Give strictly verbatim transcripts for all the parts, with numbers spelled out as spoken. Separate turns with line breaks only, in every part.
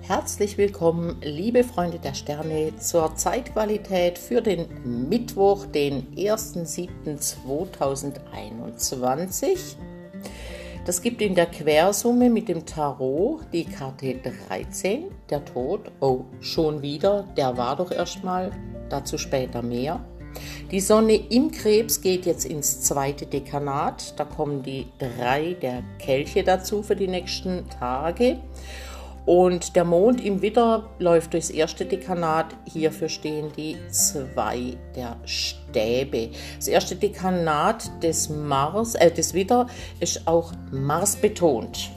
Herzlich willkommen, liebe Freunde der Sterne, zur Zeitqualität für den Mittwoch, den ersten siebten zweitausendeinundzwanzig. Das gibt in der Quersumme mit dem Tarot die Karte dreizehn, der Tod. Oh, schon wieder, der war doch erstmal, dazu später mehr. Die Sonne im Krebs geht jetzt ins zweite Dekanat, da kommen die drei der Kelche dazu für die nächsten Tage. Und der Mond im Widder läuft durchs erste Dekanat, hierfür stehen die zwei der Stäbe. Das erste Dekanat des Mars, äh, des Widder ist auch Mars betont.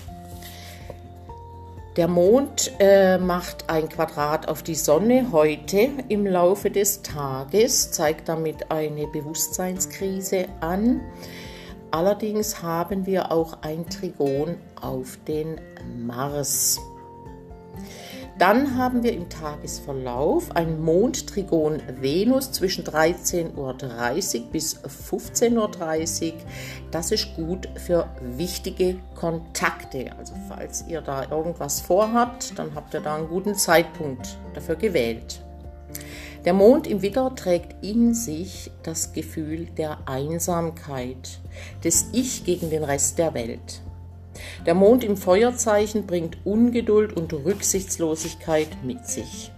Der Mond äh, macht ein Quadrat auf die Sonne heute im Laufe des Tages, zeigt damit eine Bewusstseinskrise an. Allerdings haben wir auch ein Trigon auf den Mars. Dann haben wir im Tagesverlauf ein Mond-Trigon Venus zwischen dreizehn Uhr dreißig bis fünfzehn Uhr dreißig. Das ist gut für wichtige Kontakte. Also falls ihr da irgendwas vorhabt, dann habt ihr da einen guten Zeitpunkt dafür gewählt. Der Mond im Widder trägt in sich das Gefühl der Einsamkeit, des Ich gegen den Rest der Welt. Der Mond im Feuerzeichen bringt Ungeduld und Rücksichtslosigkeit mit sich.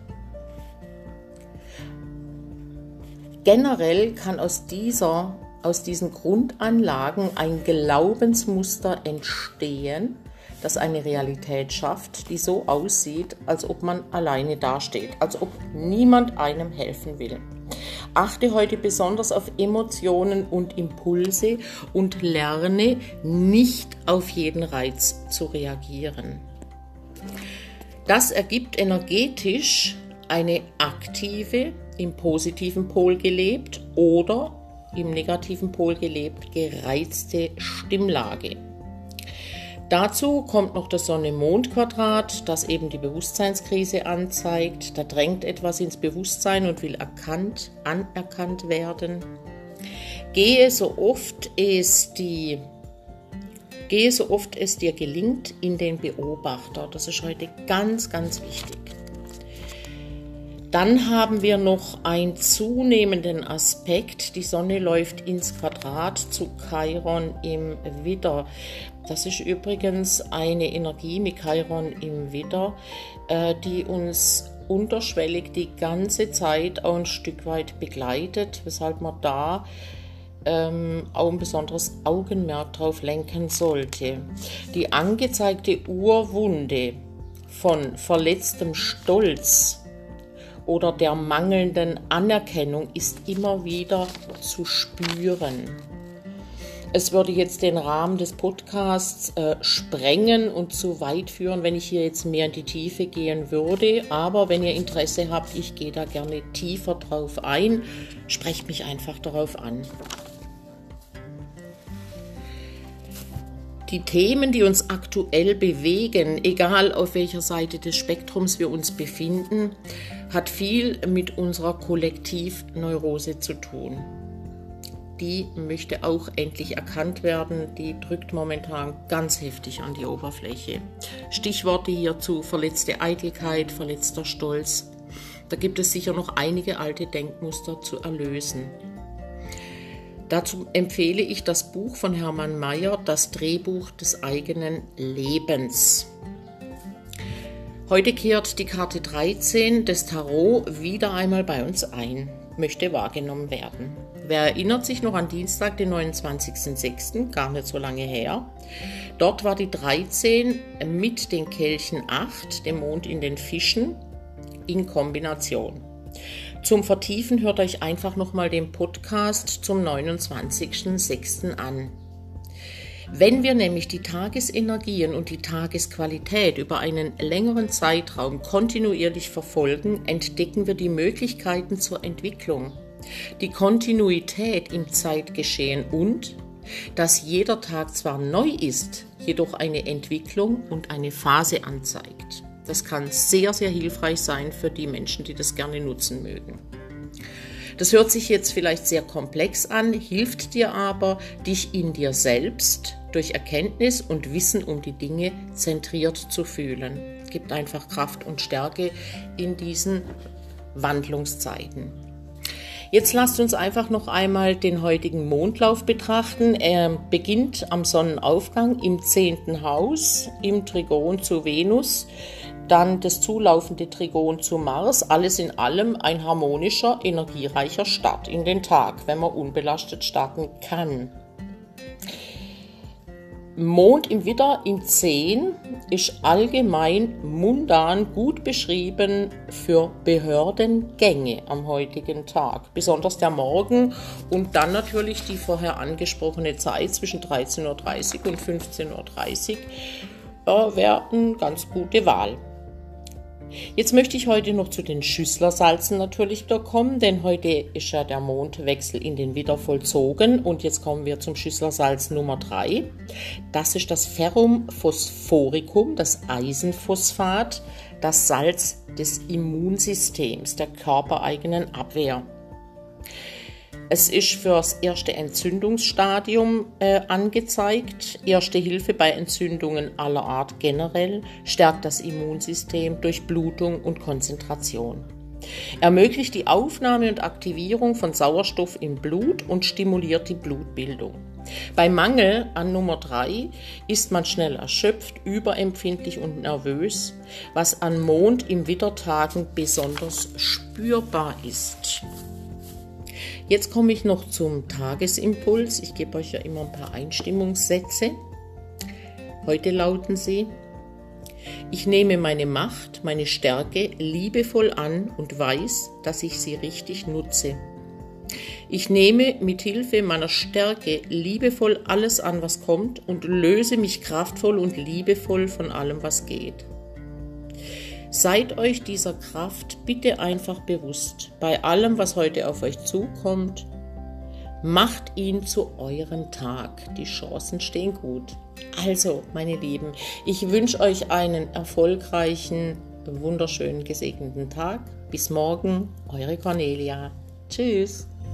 Generell kann aus dieser, aus diesen Grundanlagen ein Glaubensmuster entstehen, das eine Realität schafft, die so aussieht, als ob man alleine dasteht, als ob niemand einem helfen will. Achte heute besonders auf Emotionen und Impulse und lerne nicht auf jeden Reiz zu reagieren. Das ergibt energetisch eine aktive, im positiven Pol gelebt oder im negativen Pol gelebt gereizte Stimmlage. Dazu kommt noch das Sonne-Mond-Quadrat, das eben die Bewusstseinskrise anzeigt. Da drängt etwas ins Bewusstsein und will erkannt, anerkannt werden. Gehe so oft es, die, gehe so oft es dir gelingt in den Beobachter. Das ist heute ganz, ganz wichtig. Dann haben wir noch einen zunehmenden Aspekt. Die Sonne läuft ins Quadrat zu Chiron im Widder. Das ist übrigens eine Energie mit Chiron im Widder, die uns unterschwellig die ganze Zeit auch ein Stück weit begleitet, weshalb man da ähm, auch ein besonderes Augenmerk drauf lenken sollte. Die angezeigte Urwunde von verletztem Stolz oder der mangelnden Anerkennung ist immer wieder zu spüren. Es würde jetzt den Rahmen des Podcasts äh, sprengen und zu weit führen, wenn ich hier jetzt mehr in die Tiefe gehen würde. Aber wenn ihr Interesse habt, ich gehe da gerne tiefer drauf ein. Sprecht mich einfach darauf an. Die Themen, die uns aktuell bewegen, egal auf welcher Seite des Spektrums wir uns befinden, hat viel mit unserer Kollektivneurose zu tun. Die möchte auch endlich erkannt werden, die drückt momentan ganz heftig an die Oberfläche. Stichworte hierzu: verletzte Eitelkeit, verletzter Stolz. Da gibt es sicher noch einige alte Denkmuster zu erlösen. Dazu empfehle ich das Buch von Hermann Mayer, Das Drehbuch des eigenen Lebens. Heute kehrt die Karte dreizehn des Tarot wieder einmal bei uns ein, möchte wahrgenommen werden. Wer erinnert sich noch an Dienstag, den neunundzwanzigsten sechsten, gar nicht so lange her. Dort war die dreizehn mit den Kelchen acht, dem Mond in den Fischen, in Kombination. Zum Vertiefen hört euch einfach nochmal den Podcast zum neunundzwanzigsten sechsten an. Wenn wir nämlich die Tagesenergien und die Tagesqualität über einen längeren Zeitraum kontinuierlich verfolgen, entdecken wir die Möglichkeiten zur Entwicklung, die Kontinuität im Zeitgeschehen und, dass jeder Tag zwar neu ist, jedoch eine Entwicklung und eine Phase anzeigt. Das kann sehr, sehr hilfreich sein für die Menschen, die das gerne nutzen mögen. Das hört sich jetzt vielleicht sehr komplex an, hilft dir aber, dich in dir selbst durch Erkenntnis und Wissen um die Dinge zentriert zu fühlen. Es gibt einfach Kraft und Stärke in diesen Wandlungszeiten. Jetzt lasst uns einfach noch einmal den heutigen Mondlauf betrachten. Er beginnt am Sonnenaufgang im zehnten Haus im Trigon zu Venus, dann das zulaufende Trigon zu Mars. Alles in allem ein harmonischer, energiereicher Start in den Tag, wenn man unbelastet starten kann. Mond im Widder in zehn ist allgemein mundan gut beschrieben für Behördengänge am heutigen Tag. Besonders der Morgen und dann natürlich die vorher angesprochene Zeit zwischen dreizehn Uhr dreißig und fünfzehn Uhr dreißig äh, wäre eine ganz gute Wahl. Jetzt möchte ich heute noch zu den Schüsslersalzen natürlich wieder kommen, denn heute ist ja der Mondwechsel in den Widder vollzogen und jetzt kommen wir zum Schüsslersalz Nummer drei. Das ist das Ferrum phosphoricum, das Eisenphosphat, das Salz des Immunsystems, der körpereigenen Abwehr. Es ist für das erste Entzündungsstadium äh, angezeigt. Erste Hilfe bei Entzündungen aller Art generell, stärkt das Immunsystem durch Blutung und Konzentration. Ermöglicht die Aufnahme und Aktivierung von Sauerstoff im Blut und stimuliert die Blutbildung. Bei Mangel an Nummer drei ist man schnell erschöpft, überempfindlich und nervös, was an Mond im Widdertagen besonders spürbar ist. Jetzt komme ich noch zum Tagesimpuls. Ich gebe euch ja immer ein paar Einstimmungssätze. Heute lauten sie: Ich nehme meine Macht, meine Stärke liebevoll an und weiß, dass ich sie richtig nutze. Ich nehme mit Hilfe meiner Stärke liebevoll alles an, was kommt und löse mich kraftvoll und liebevoll von allem, was geht. Seid euch dieser Kraft bitte einfach bewusst. Bei allem, was heute auf euch zukommt, macht ihn zu eurem Tag. Die Chancen stehen gut. Also, meine Lieben, ich wünsche euch einen erfolgreichen, wunderschönen, gesegneten Tag. Bis morgen, eure Cornelia. Tschüss.